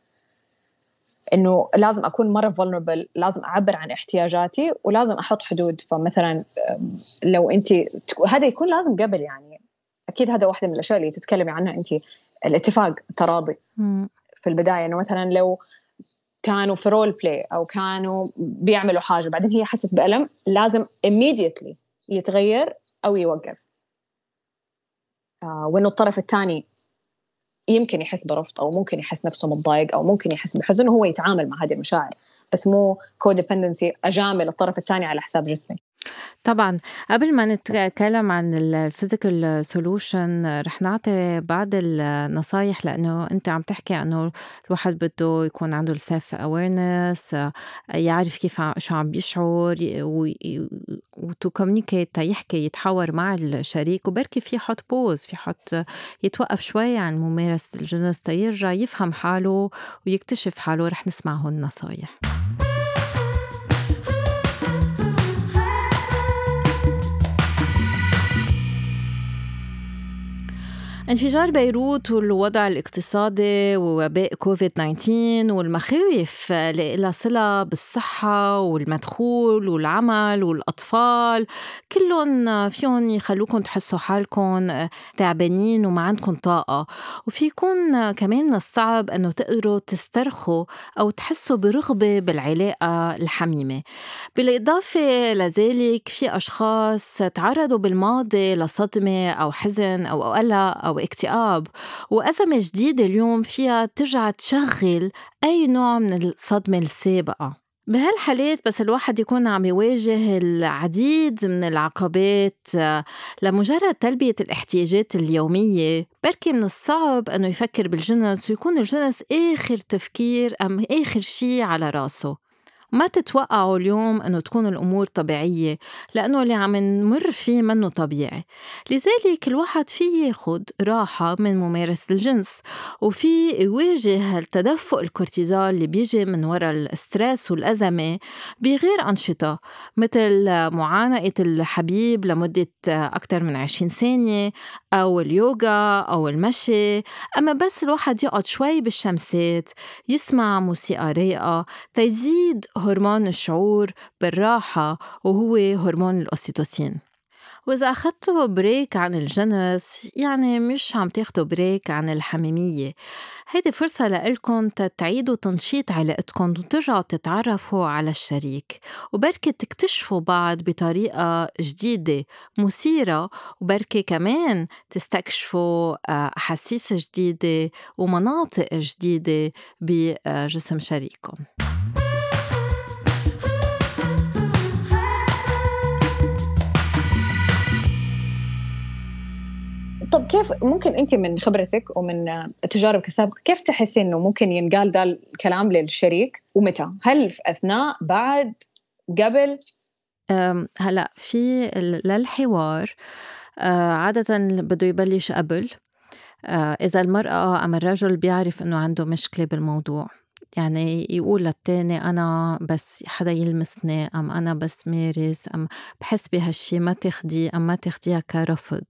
إنه لازم أكون مرة vulnerable، لازم أعبر عن احتياجاتي ولازم أحط حدود. فمثلا أم، لو أنت هذا يكون لازم قبل، يعني أكيد هذا واحدة من الأشياء اللي تتكلمي عنها أنت، الاتفاق، التراضي مم. في البداية. إنه مثلا لو كانوا في رول بلاي أو كانوا بيعملوا حاجة بعدين هي حست بألم، لازم immediately يتغير أو يوقف. آه وإنه الطرف الثاني يمكن يحس برفض أو ممكن يحس نفسه متضايق أو ممكن يحس بحزن وهو يتعامل مع هذه المشاعر، بس مو codependency أجامل الطرف الثاني على حساب جسمي. طبعا قبل ما نتكلم عن الفيزيكال سولوشن رح نعطي بعض النصايح، لأنه أنت عم تحكي أنه الواحد بده يكون عنده السيلف أويرنس، يعرف كيف ع- شو عم بيشعر وتو كوميونيكيت، يحكي يتحاور مع الشريك، وبركي في حط بوز، في حط يتوقف شوي عن ممارسة الجنس تيرجع يفهم حاله ويكتشف حاله. رح نسمع هون النصايح. انفجار بيروت والوضع الاقتصادي ووباء كوفيد تسعة عشر والمخاوف اللي لها صلة بالصحة والمدخول والعمل والأطفال، كلهم فيهم يخلوكم تحسوا حالكم تعبانين وما عندكم طاقة. وفيكون كمان من الصعب أنه تقدروا تسترخوا أو تحسوا برغبة بالعلاقة الحميمة. بالإضافة لذلك في أشخاص تعرضوا بالماضي لصدمة أو حزن أو قلق أو اكتئاب، وأزمة جديدة اليوم فيها ترجع تشغل أي نوع من الصدمة السابقة. بهالحالات بس الواحد يكون عم يواجه العديد من العقبات آه، لمجرد تلبية الاحتياجات اليومية، بركي من الصعب أنه يفكر بالجنس ويكون الجنس آخر تفكير أم آخر شي على راسه. ما تتوقعوا اليوم أنه تكون الأمور طبيعية، لأنه اللي عم نمر فيه منه طبيعي. لذلك الواحد فيه ياخد راحة من ممارسة الجنس، وفي يواجه التدفق الكورتيزول اللي بيجي من وراء الستريس والأزمة بغير أنشطة، مثل معانقة الحبيب لمدة أكثر من عشرين ثانية، أو اليوغا أو المشي. أما بس الواحد يقعد شوي بالشمسات، يسمع موسيقى رايقة تيزيد هرمون الشعور بالراحة، وهو هرمون الأوسيتوسين. وإذا أخدتوا بريك عن الجنس، يعني مش عم تاخدوا بريك عن الحميمية. هيدي فرصة لإلكن تعيدوا تنشيط علاقتكن وترجعوا تتعرفوا على الشريك، وبركة تكتشفوا بعض بطريقة جديدة مثيرة، وبركة كمان تستكشفوا آه، أحاسيس جديدة ومناطق جديدة بجسم شريككم. طب كيف ممكن أنت من خبرتك ومن تجاربك السابقة كيف تحسي إنه ممكن ينقال ده الكلام للشريك ومتى؟ هل في أثناء، بعد، قبل؟ أم، هلأ في ال- للحوار آه، عادة بده يبلش قبل. آه، إذا المرأة أم الرجل بيعرف إنه عنده مشكلة بالموضوع، يعني يقول للتاني أنا بس حدا يلمسني، أم أنا بس مارس، أم بحس بهالشي، ما تاخدي أم ما تاخديها كرفض.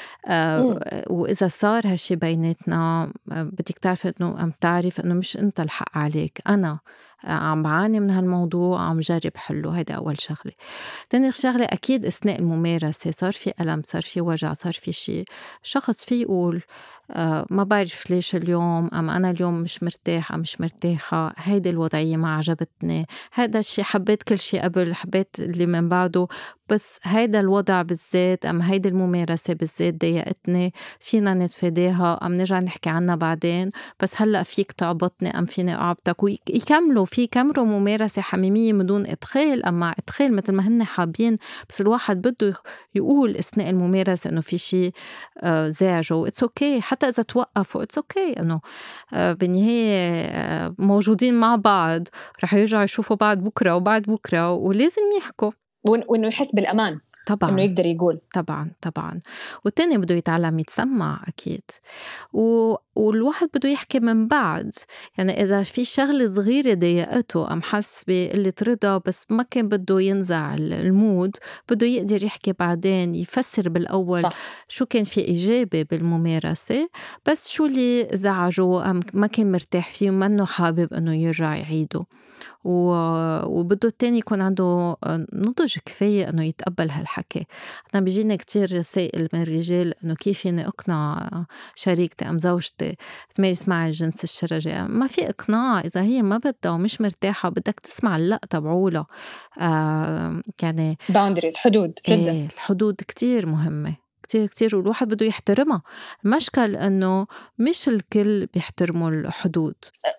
امم آه، وإذا صار هالشي بيناتنا، آه، بدك تعرف إنه أم تعرف إنه مش أنت الحق عليك، أنا آه، عم بعاني من هالموضوع، عم جرب حله. هيدا أول شغلة. تاني شغلة أكيد أثناء الممارسة صار في ألم، صار في وجع، صار في شي، شخص في يقول آه ما بعرف ليش اليوم، أم أنا اليوم مش مرتاح أم مش مرتاحة، هيدي الوضعية ما عجبتني، هيدا الشي حبيت كل شي قبل، حبيت اللي من بعده، بس هيدا الوضع بالذات أم هيدي الممارسة بالذات ضايقتني، فينا نتفاداها أم نرجع نحكي عنها بعدين، بس هلأ فيك تعبطني أم فيني أعبطك، ويكملوا في كمروا ممارسة حميمية من دون إدخال أم مع إدخال مثل ما هن حابين. بس الواحد بده يقول أثناء الممارسة إنه في شي آه، زعجه. اتس اوكي حتى إذا توقفوا، اتس اوكي إنه آه، بالنهاية آه، موجودين مع بعض، رح يرجعوا يشوفوا بعض بكرة وبعد بكرة، ولازم يحكوا. وإنه يحس بالأمان، إنه طبعا يقدر يقول. طبعا طبعا. والتاني بده يتعلم يتسمع أكيد، و... والواحد بده يحكي من بعد. يعني إذا في شغلة صغيرة ضايقته أم حس بقلة رضا بس ما كان بده ينزع ال- المود، بده يقدر يحكي بعدين، يفسر بالأول صح. شو كان في إيجابي بالممارسة، بس شو اللي زعجه أم ما كان مرتاح فيه ومنه حابب أنه يرجع يعيده. و- وبده التاني يكون عنده نضج كفاية إنه يتقبل هالحكي. أنا بيجيني كتير رسائل من الرجال إنه كيف فيني أقنع شريكتي أم زوجتي تمارس معي الجنس الشرجي. ما في إقناع إذا هي ما بدها ومش مرتاحة، بدك تسمع اللأ تبعولها. آه يعني boundaries، حدود جدا. إيه، الحدود كتير مهمة، كتير كتير، والواحد بده يحترمها. المشكل إنه مش الكل بيحترموا الحدود.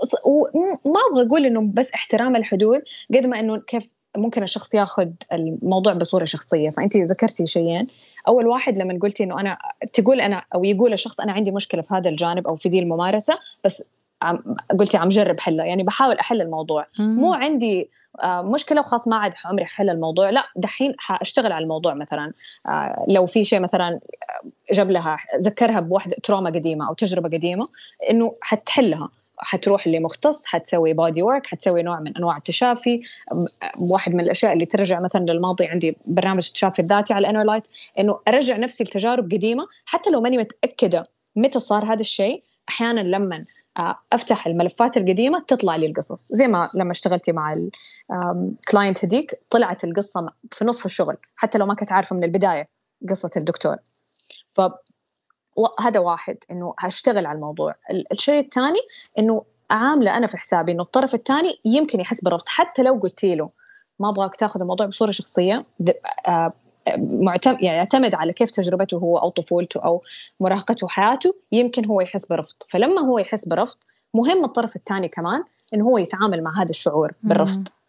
وما أبغى أقول إنه بس احترام الحدود قد ما إنه كيف ممكن الشخص ياخذ الموضوع بصورة شخصية. فأنت ذكرتي شيئين. أول واحد لما قلتي إنه أنا تقول أنا أو يقول الشخص أنا عندي مشكلة في هذا الجانب أو في دي الممارسة، بس عم قلتي عم جرب حلها، يعني بحاول أحل الموضوع، مو مم. عندي آه، مشكلة وخلاص ما عاد عمري حل الموضوع. لا، دحين حاشتغل على الموضوع. مثلا آه، لو في شيء مثلا جاب لها ذكرها بواحدة تروما قديمة أو تجربة قديمة، إنه حتحلها، حتروح لمختص، حتسوي بودي وورك، حتسوي نوع من أنواع التشافي. واحد من الأشياء اللي ترجع مثلا للماضي، عندي برنامج التشافي الذاتي على الانرلايت، إنه أرجع نفسي لتجارب قديمة حتى لو ماني متأكدة متى صار هذا الشيء. أحيانا لما أفتح الملفات القديمة تطلع لي القصص، زي ما لما اشتغلتي مع الكلاينت هديك طلعت القصة في نص الشغل حتى لو ما كنت عارفة من البداية قصة الدكتور. فهذا واحد، إنه هشتغل على الموضوع. الشيء الثاني إنه عاملة أنا في حسابي إنه الطرف الثاني يمكن يحس برفض، حتى لو قلت له ما أبغاك تأخذ الموضوع بصورة شخصية، معتمد يعني يعتمد على كيف تجربته هو أو طفولته أو مراهقته وحياته، يمكن هو يحس برفض. فلما هو يحس برفض، مهم الطرف الثاني كمان إنه هو يتعامل مع هذا الشعور بالرفض.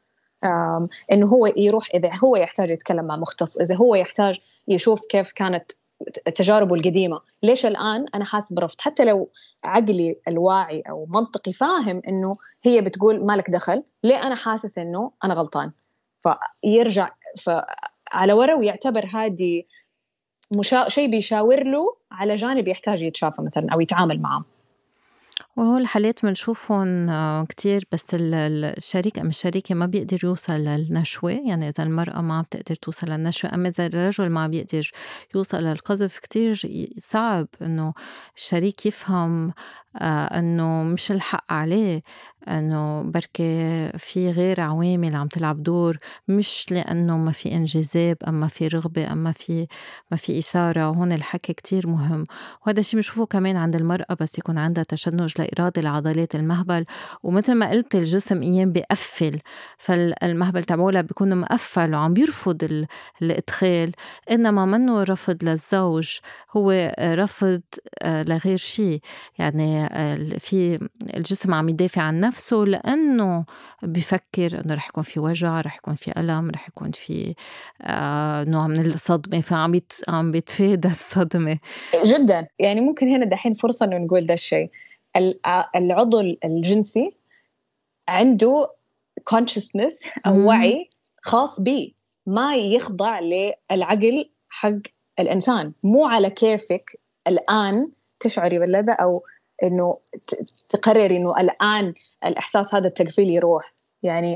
إنه هو يروح إذا هو يحتاج يتكلم مع مختص، إذا هو يحتاج يشوف كيف كانت تجاربه القديمة، ليش الآن أنا حاسس برفض، حتى لو عقلي الواعي أو منطقي فاهم إنه هي بتقول مالك دخل، ليه أنا حاسس إنه أنا غلطان. فيرجع على ورا ويعتبر هذه مشا... شيء بيشاور له على جانب يحتاج يتشافى مثلا أو يتعامل معه. وهو الحالات بنشوفهم كتير، بس ال- ال- الشريك أم الشريكة ما بيقدر يوصل للنشوة. يعني إذا المرأة ما عم تقدر توصل للنشوة، أما إذا الرجل ما بيقدر يوصل للقذف، كتير ي- صعب إنه الشريك يفهم آه إنه مش الحق عليه، إنه بركي في غير عوامل عم تلعب دور، مش لأنه ما في انجذاب أما في رغبة أما في ما في إثارة. وهون الحكي كتير مهم، وهذا الشيء بنشوفه كمان عند المرأة بس يكون عندها تشنج لإرادة العضلات المهبل. ومثل ما قلت الجسم أيام بيقفل، فالمهبل تبعولها بيكون مقفل وعم بيرفض ال- الإدخال. إنما منه رفض للزوج، هو رفض آه، لغير شيء. يعني آه، في الجسم عم يدافع عن نفسه لأنه بيفكر إنه رح يكون في وجع، رح يكون في ألم، رح يكون في آه، نوع من الصدمة، فعم بيت عم بيتفادى الصدمة. جدا. يعني ممكن هنا دحين فرصة إنه نقول ده الشيء، الع- العضو الجنسي عنده consciousness أو مم. وعي خاص به، ما يخضع للعقل حق الإنسان. مو على كيفك الآن تشعري باللذة أو إنه ت- تقرري إنه الآن الإحساس هذا التقفيل يروح. يعني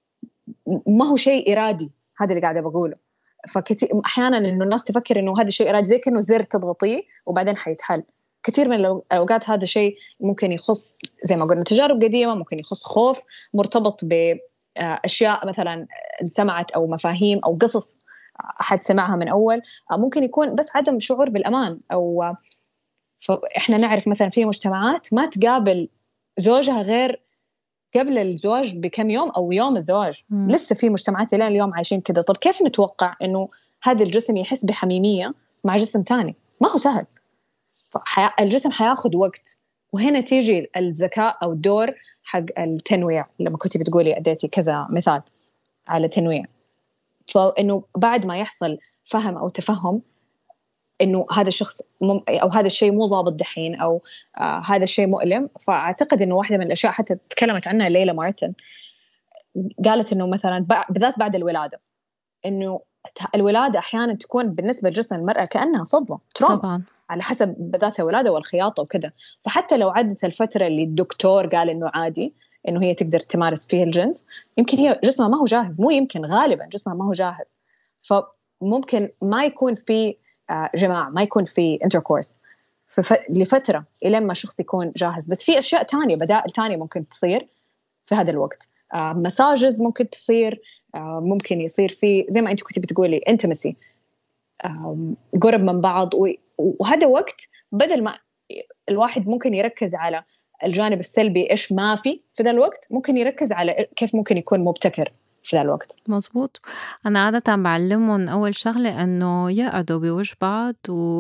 ما هو شيء إرادي، هذا اللي قاعدة بقوله. فكتير أحيانا إنه الناس تفكر إنه هذا شيء إرادي، زي كأنه زر تضغطيه وبعدين حيتحل. كثير من الأوقات هذا شيء ممكن يخص زي ما قلنا تجارب قديمة، ممكن يخص خوف مرتبط بأشياء مثلا سمعت أو مفاهيم أو قصص أحد سمعها من أول. ممكن يكون بس عدم شعور بالأمان. أو فإحنا نعرف مثلا في مجتمعات ما تقابل زوجها غير قبل الزواج بكم يوم أو يوم الزواج. مم. لسه في مجتمعات إلى اليوم عايشين كده. طب كيف نتوقع إنه هذا الجسم يحس بحميمية مع جسم تاني؟ ما هو سهل. فحي... الجسم حياخد وقت. وهنا تيجي الذكاء أو الدور حق التنويع. لما كنت بتقولي أديتي كذا مثال على تنويع، فإنه بعد ما يحصل فهم أو تفهم إنه هذا الشخص مم... أو هذا الشيء مو ضابط دحين، أو آه هذا الشيء مؤلم. فأعتقد إنه واحدة من الأشياء حتى تكلمت عنها ليلى مارتن، قالت إنه مثلا بالذات بعد الولادة، إنه الولادة أحيانا تكون بالنسبة لجسم المرأة كأنها صدمة تروما، طبعا. على حسب ذات الولادة والخياطة وكده. فحتى لو عدت الفترة اللي الدكتور قال إنه عادي إنه هي تقدر تمارس فيها الجنس، يمكن هي جسمها ما هو جاهز. مو يمكن، غالبا جسمها ما هو جاهز. فممكن ما يكون في آه، جماع، ما يكون في intercourse فف... لفترة إلى ما الشخص يكون جاهز. بس في أشياء تانية، بدائل تانية ممكن تصير في هذا الوقت. آه، مساجز ممكن تصير، آه، ممكن يصير في زي ما أنت كنت بتقولي intimacy، آم، قرب من بعض. و- وهذا وقت بدل ما الواحد ممكن يركز على الجانب السلبي إيش ما في في ذا الوقت، ممكن يركز على كيف ممكن يكون مبتكر في ذا الوقت. مزبوط. أنا عادة بعلمهم أول شغلة إنه يقعدوا بوجه بعض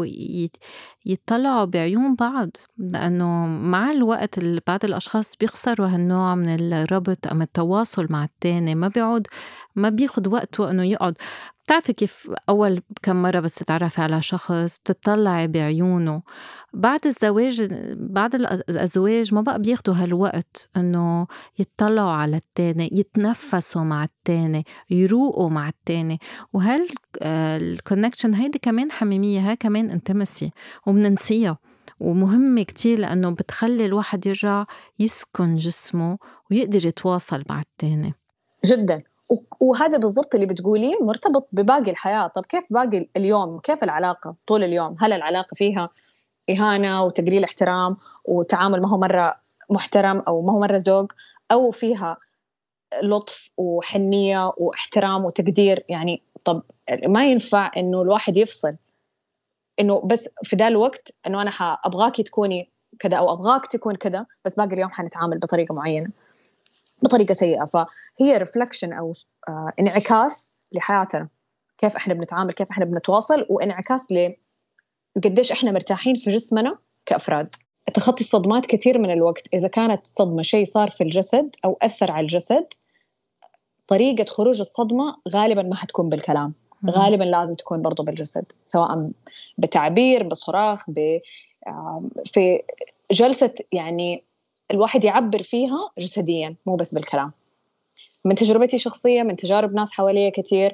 ويطلعوا بعيون بعض، لأنه مع الوقت ال- بعض الأشخاص بيخسروا هالنوع من الربط أم التواصل مع التاني، ما بيقعد ما بياخد وقته إنه يقعد. بتعرفي كيف أول كم مرة بس تتعرفي على شخص بتطلعي بعيونه. بعد الزواج بعد الأ- الأزواج ما بقى بياخدوا هالوقت إنه يتطلعوا على التاني، يتنفسوا مع التاني، يروقوا مع التاني. وهال الكونكشن هيدي كمان حميمية، هاي كمان انتمسي وبننسيها. ومهمة كتير لأنه بتخلي الواحد يرجع يسكن جسمه ويقدر يتواصل مع التاني. جدا. و- وهذا بالضبط اللي بتقوليه مرتبط بباقي الحياة. طب كيف باقي اليوم؟ كيف العلاقة طول اليوم؟ هل العلاقة فيها إهانة وتقليل احترام وتعامل ما هو مرة محترم أو ما هو مرة ذوق، أو فيها لطف وحنية واحترام وتقدير؟ يعني طب ما ينفع إنه الواحد يفصل، إنه بس في ذا الوقت إنه أنا أبغاكي تكوني كذا أو أبغاك تكون كذا، بس باقي اليوم حنتعامل بطريقة معينة بطريقة سيئة. فهي ريفلكشن أو آه انعكاس لحياتنا، كيف إحنا بنتعامل، كيف إحنا بنتواصل، وانعكاس لقديش إحنا مرتاحين في جسمنا كأفراد. تخطي الصدمات كثير من الوقت إذا كانت صدمة شيء صار في الجسد أو أثر على الجسد، طريقة خروج الصدمة غالبا ما حتكون بالكلام، غالبا لازم تكون برضو بالجسد، سواء بتعبير، بصراخ، ب في جلسة يعني الواحد يعبر فيها جسديا مو بس بالكلام. من تجربتي الشخصية، من تجارب ناس حواليا كتير،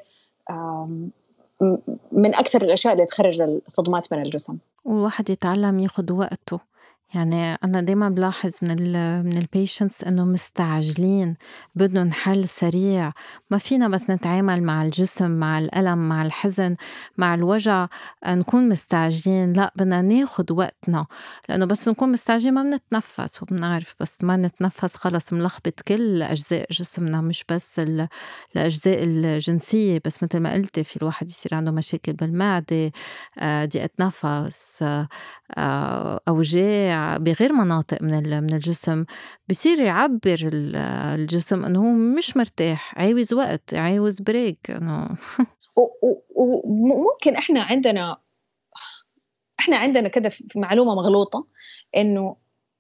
من أكثر الأشياء اللي تخرج الصدمات من الجسم. والواحد يتعلم ياخد وقته. يعني أنا دايما بلاحظ من ال من البيشنتس إنه مستعجلين، بدهم حل سريع. ما فينا بس نتعامل مع الجسم، مع الألم، مع الحزن، مع الوجع نكون مستعجلين. لا، بدنا ناخد وقتنا، لأنه بس نكون مستعجلين ما بنتنفس. وبنعرف بس ما نتنفس خلص ملخبط كل أجزاء جسمنا، مش بس ال- الأجزاء الجنسية بس. مثل ما قلتي في الواحد يصير عنده مشاكل بالمعدة، آه، ضيقة نفس، آه، أوجاع بغير مناطق من من الجسم. بصير يعبر ال- الجسم إنه هو مش مرتاح، عاوز وقت، عاوز بريك. إنه وممكن إحنا عندنا إحنا عندنا كده في معلومة مغلوطة إنه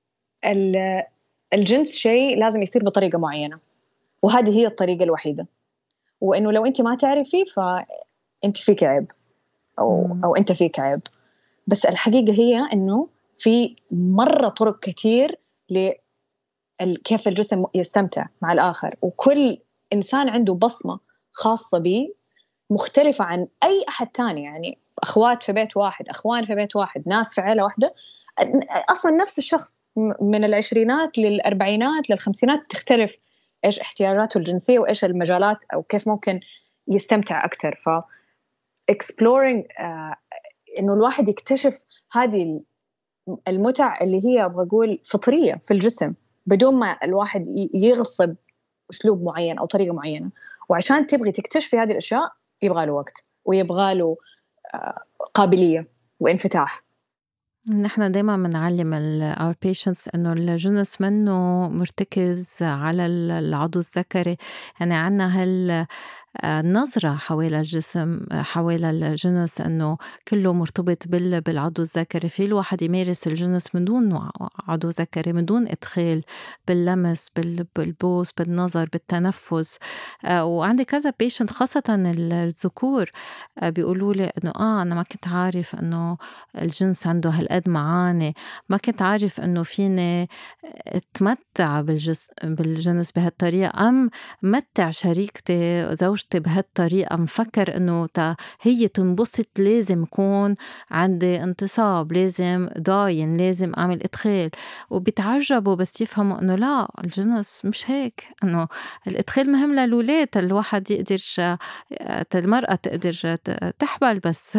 الجنس شيء لازم يصير بطريقة معينة، وهذه هي الطريقة الوحيدة، وإنه لو أنت ما تعرفي فأنت فيك عيب، أو أو أنت فيك عيب. بس الحقيقة هي إنه في مرة طرق كتير ل كيف الجسم يستمتع مع الآخر، وكل إنسان عنده بصمة خاصة به مختلفة عن أي أحد تاني. يعني أخوات في بيت واحد، أخوان في بيت واحد، ناس في عائلة واحدة، أصلا نفس الشخص من العشرينات للأربعينات للخمسينات تختلف إيش احتياجاته الجنسية وإيش المجالات أو كيف ممكن يستمتع أكثر. ف exploring آه إنه الواحد يكتشف هذه المتع اللي هي أبغى أقول فطرية في الجسم، بدون ما الواحد يغصب أسلوب معين أو طريقة معينة. وعشان تبغي تكتشفي هذه الأشياء يبغى له وقت، ويبغى له قابلية وانفتاح. نحن دايما بنعلم ال our patients إنه الجنس منه مرتكز على ال- العضو الذكري. يعني عنا هال النظرة حوالين الجسم، حوالين الجنس، إنه كله مرتبط بال بالعضو الذكري. في الواحد يمارس الجنس من دون عضو ذكري، من دون إدخال، باللمس، بال بالبوس، بالنظر، بالتنفس. آه، وعندي كذا بيشنت خاصة الذكور آه، بيقولوا لي إنه آه أنا ما كنت عارف إنه الجنس عنده هالقد معاني، ما كنت عارف إنه فيني اتمتع بالجس بالجنس بهالطريقة، أم متع شريكتي زوجتي بهالطريقة، مفكر إنه تا هي تنبسط لازم يكون عندي انتصاب، لازم ضاين، لازم أعمل إدخال. وبيتعجبوا بس يفهموا إنه لا، الجنس مش هيك. إنه الإدخال مهم للولاد، الواحد يقدر، المرأة تقدر تحبل، بس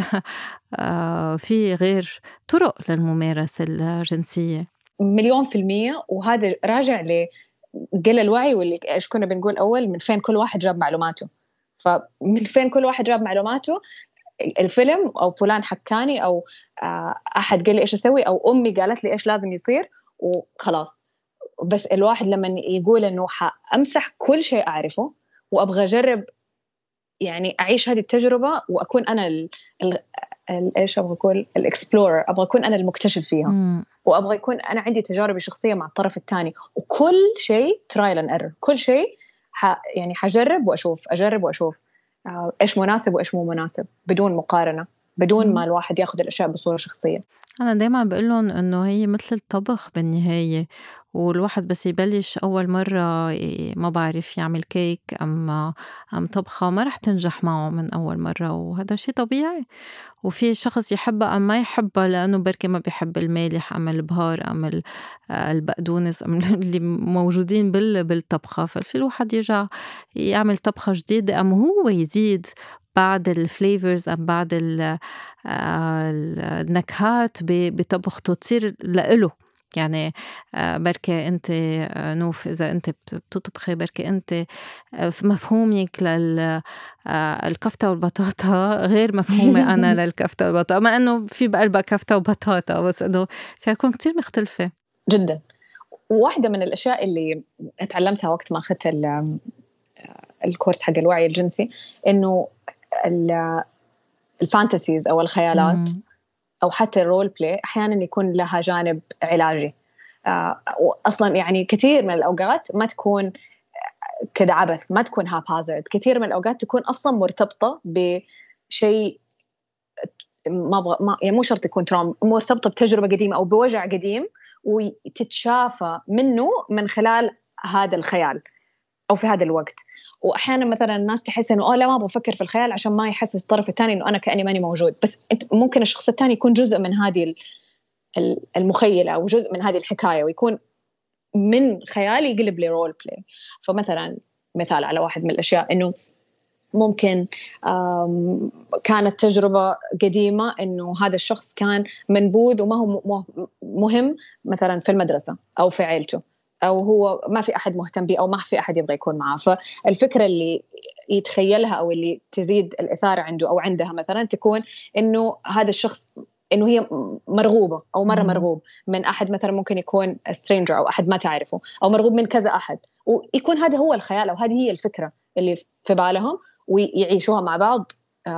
في غير طرق للممارسة الجنسية. مليون في المية. وهذا راجع لقل الوعي، واللي إيش كنا بنقول أول، من فين كل واحد جاب معلوماته. فمن فين كل واحد جاب معلوماته، الفيلم أو فلان حكاني، أو أحد قال لي إيش أسوي، أو أمي قالت لي إيش لازم يصير، وخلاص. بس الواحد لما يقول إنه حأمسح كل شيء أعرفه وأبغى أجرب، يعني أعيش هذه التجربة وأكون أنا ال ال إيش أبغى أقول الإكسبلورر، أبغى أكون أنا المكتشف فيها. مم. وأبغى يكون أنا عندي تجارب شخصية مع الطرف الثاني، وكل شيء ترايل أند ايرور، كل شيء ح يعني حجرب وأشوف، أجرب وأشوف آه إيش مناسب وإيش مو مناسب، بدون مقارنة، بدون ما الواحد ياخذ الأشياء بصورة شخصية. أنا دايما بقولهم إنه هي مثل الطبخ بالنهاية، والواحد بس يبلش أول مرة ما بعرف يعمل كيك أم أم طبخة، ما رح تنجح معه من أول مرة، وهذا شيء طبيعي. وفي شخص يحبها أم ما يحبها، لأنه بركي ما بيحب المالح أم البهار أم ال- البقدونس أم اللي موجودين بال- بالطبخة. ففي الواحد يرجع يعمل طبخة جديدة، أم هو يزيد بعد الفليفرز أم بعد ال- النكهات بطبخته تصير لإله. يعني بركي أنت نوف إذا أنت بتطبخي، بركي أنت مفهومك للكفتة والبطاطا غير مفهومة أنا للكفتة والبطاطا، ما أنه في بقلبها كفتة وبطاطا، بس أنه فيها تكون كتير مختلفة جدا. وواحدة من الأشياء اللي اتعلمتها وقت ما أخذت الكورس حق الوعي الجنسي، إنه الفانتسيز أو الخيالات مم. أو حتى الرول بلاي أحياناً يكون لها جانب علاجي. أصلاً يعني كثير من الأوقات ما تكون كده عبث، ما تكون haphazard. كثير من الأوقات تكون أصلا مرتبطة بشيء ما بغ... ما يعني مو شرط يكون تروما، مرتبطة بتجربة قديمة أو بوجع قديم، وتتشافى منه من خلال هذا الخيال أو في هذا الوقت. وأحيانا مثلا الناس تحس إنه أوه لا، ما أبغى أفكر في الخيال عشان ما يحسس الطرف الثاني إنه أنا كأني ماني موجود، بس ممكن الشخص الثاني يكون جزء من هذه المخيلة أو جزء من هذه الحكاية، ويكون من خيالي يقلب لي رول بلاي. فمثلا مثال على واحد من الأشياء إنه ممكن كانت تجربة قديمة إنه هذا الشخص كان منبوذ وما هو مهم مثلا في المدرسة أو في عائلته، أو هو ما في أحد مهتم به أو ما في أحد يبغى يكون معه. فالفكرة اللي يتخيلها أو اللي تزيد الإثارة عنده أو عندها مثلا تكون إنه هذا الشخص إنه هي مرغوبة أو مرة مرغوب من أحد، مثلا ممكن يكون stranger أو أحد ما تعرفه، أو مرغوب من كذا أحد، ويكون هذا هو الخيال أو هذه هي الفكرة اللي في بالهم، ويعيشوها مع بعض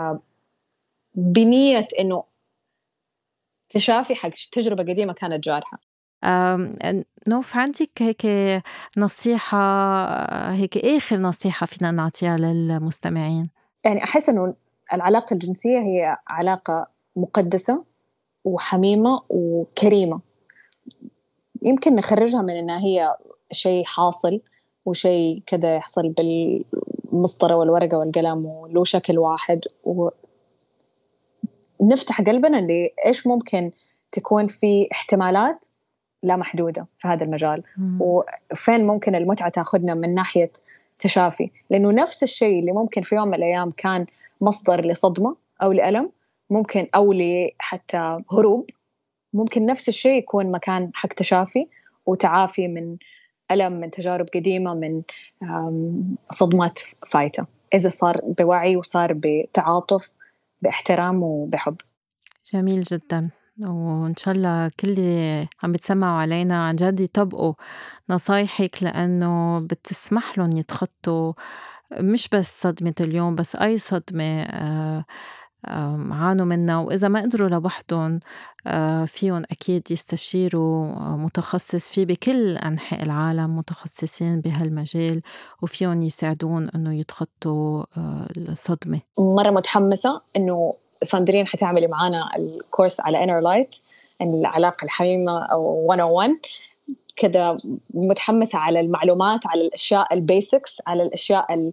بنية إنه تشافي حق تجربة قديمة كانت جارحة. نوف، عندك هيك نصيحة، هيك آخر نصيحة فينا نعطيها للمستمعين؟ يعني أحس إنه العلاقة الجنسية هي علاقة مقدسة وحميمة وكريمة، يمكن نخرجها من إنها هي شيء حاصل وشيء كده يحصل بالمسطرة والورقة والقلم وله شكل واحد، ونفتح قلبنا لإيش ممكن تكون في احتمالات لا محدودة في هذا المجال. مم. وفين ممكن المتعة تأخذنا من ناحية تشافي، لأنه نفس الشيء اللي ممكن في يوم من الأيام كان مصدر لصدمة أو لألم ممكن أو لحتى هروب، ممكن نفس الشيء يكون مكان حق تشافي وتعافي من ألم، من تجارب قديمة، من صدمات فايتة، إذا صار بوعي وصار بتعاطف باحترام وبحب. جميل جدا، وإن شاء الله كل اللي عم بتسمعوا علينا عن جد يطبقوا نصايحك، لأنه بتسمح لهم يتخطوا مش بس صدمة اليوم، بس أي صدمة آه، آم، عانوا منها. وإذا ما قدروا لوحدهم آه، فيهم أكيد يستشيروا آه، متخصص فيه بكل أنحاء العالم، متخصصين بهالمجال، وفيهم يساعدون أنه يتخطوا آه، الصدمة. مرة متحمسة إنه ساندرين حتعملي معانا الكورس على Inner Light، العلاقة الحميمة أو مية وواحد. كده متحمسة على المعلومات، على الأشياء البيسكس، على الأشياء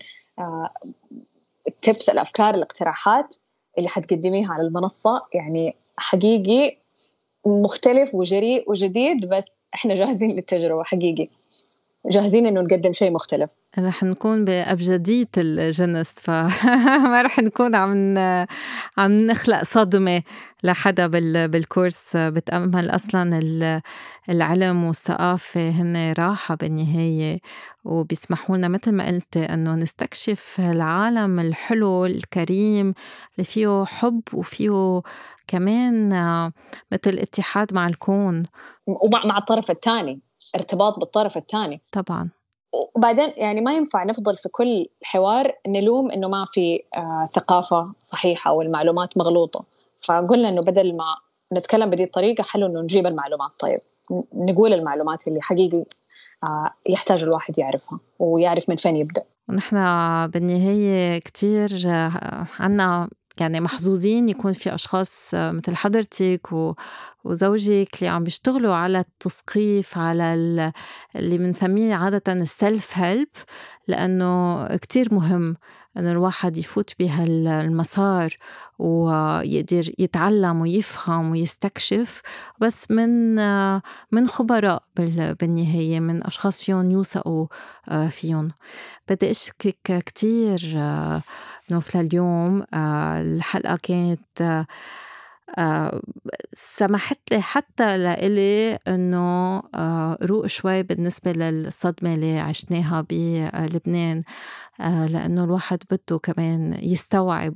التبس، الأفكار، الاقتراحات اللي حتقدميها على المنصة. يعني حقيقي مختلف وجريء وجديد، بس إحنا جاهزين للتجربة، حقيقي جاهزين إنه نقدم شيء مختلف. رح نكون بأبجدية الجنس، فما رح نكون عم عم نخلق صدمة لحدا بالكورس. بتأمل أصلا العلم والثقافة هن راحة بالنهاية، وبيسمحوا لنا مثل ما قلت أنه نستكشف العالم الحلو الكريم اللي فيه حب وفيه كمان مثل اتحاد مع الكون ومع مع الطرف الثاني، ارتباط بالطرف الثاني طبعا. وبعدين يعني ما ينفع نفضل في كل حوار نلوم إنه ما في آه ثقافة صحيحة والمعلومات مغلوطة. فقلنا إنه بدل ما نتكلم بدي الطريقة، حلو إنه نجيب المعلومات، طيب نقول المعلومات اللي حقيقي آه يحتاج الواحد يعرفها ويعرف من فين يبدأ. ونحن بالنهاية كتير عنا يعني محظوظين يكون في أشخاص مثل حضرتك و- وزوجك اللي عم بيشتغلوا على التثقيف، على ال- اللي بنسميه عادة السلف هيلب، لأنه كتير مهم أنه الواحد يفوت بهالمسار ويقدر يتعلم ويفهم ويستكشف، بس من من خبراء بال- بالنهاية، من أشخاص فيهم يوثقوا فيهم. بدي أشكرك كتير آه، نوف لليوم. آه، الحلقة كانت آه، آه، سمحت لي حتى لإلي إنه آه، روق شوي بالنسبة للصدمة اللي عشناها بلبنان، آه، لأنه الواحد بده كمان يستوعب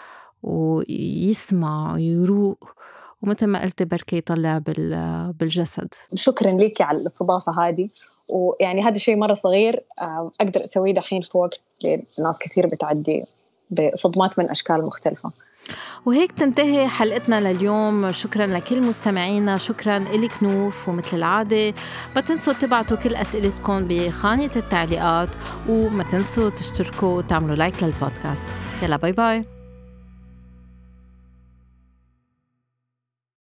ويسمع ويروق، ومثل ما قلت بركي يطلع بال- بالجسد. شكرا ليكي على الاستضافة هذه، ويعني هذا شيء مرة صغير أقدر أسويه دحين في وقت ناس كثير بتعدي بصدمات من أشكال مختلفة. وهيك تنتهي حلقتنا لليوم. شكرا لكل مستمعينا، شكرا إلك نوف. ومثل العادة ما تنسوا تبعتوا كل أسئلتكم بخانة التعليقات، وما تنسوا تشتركوا وتعملوا لايك للبودكاست. يلا باي باي.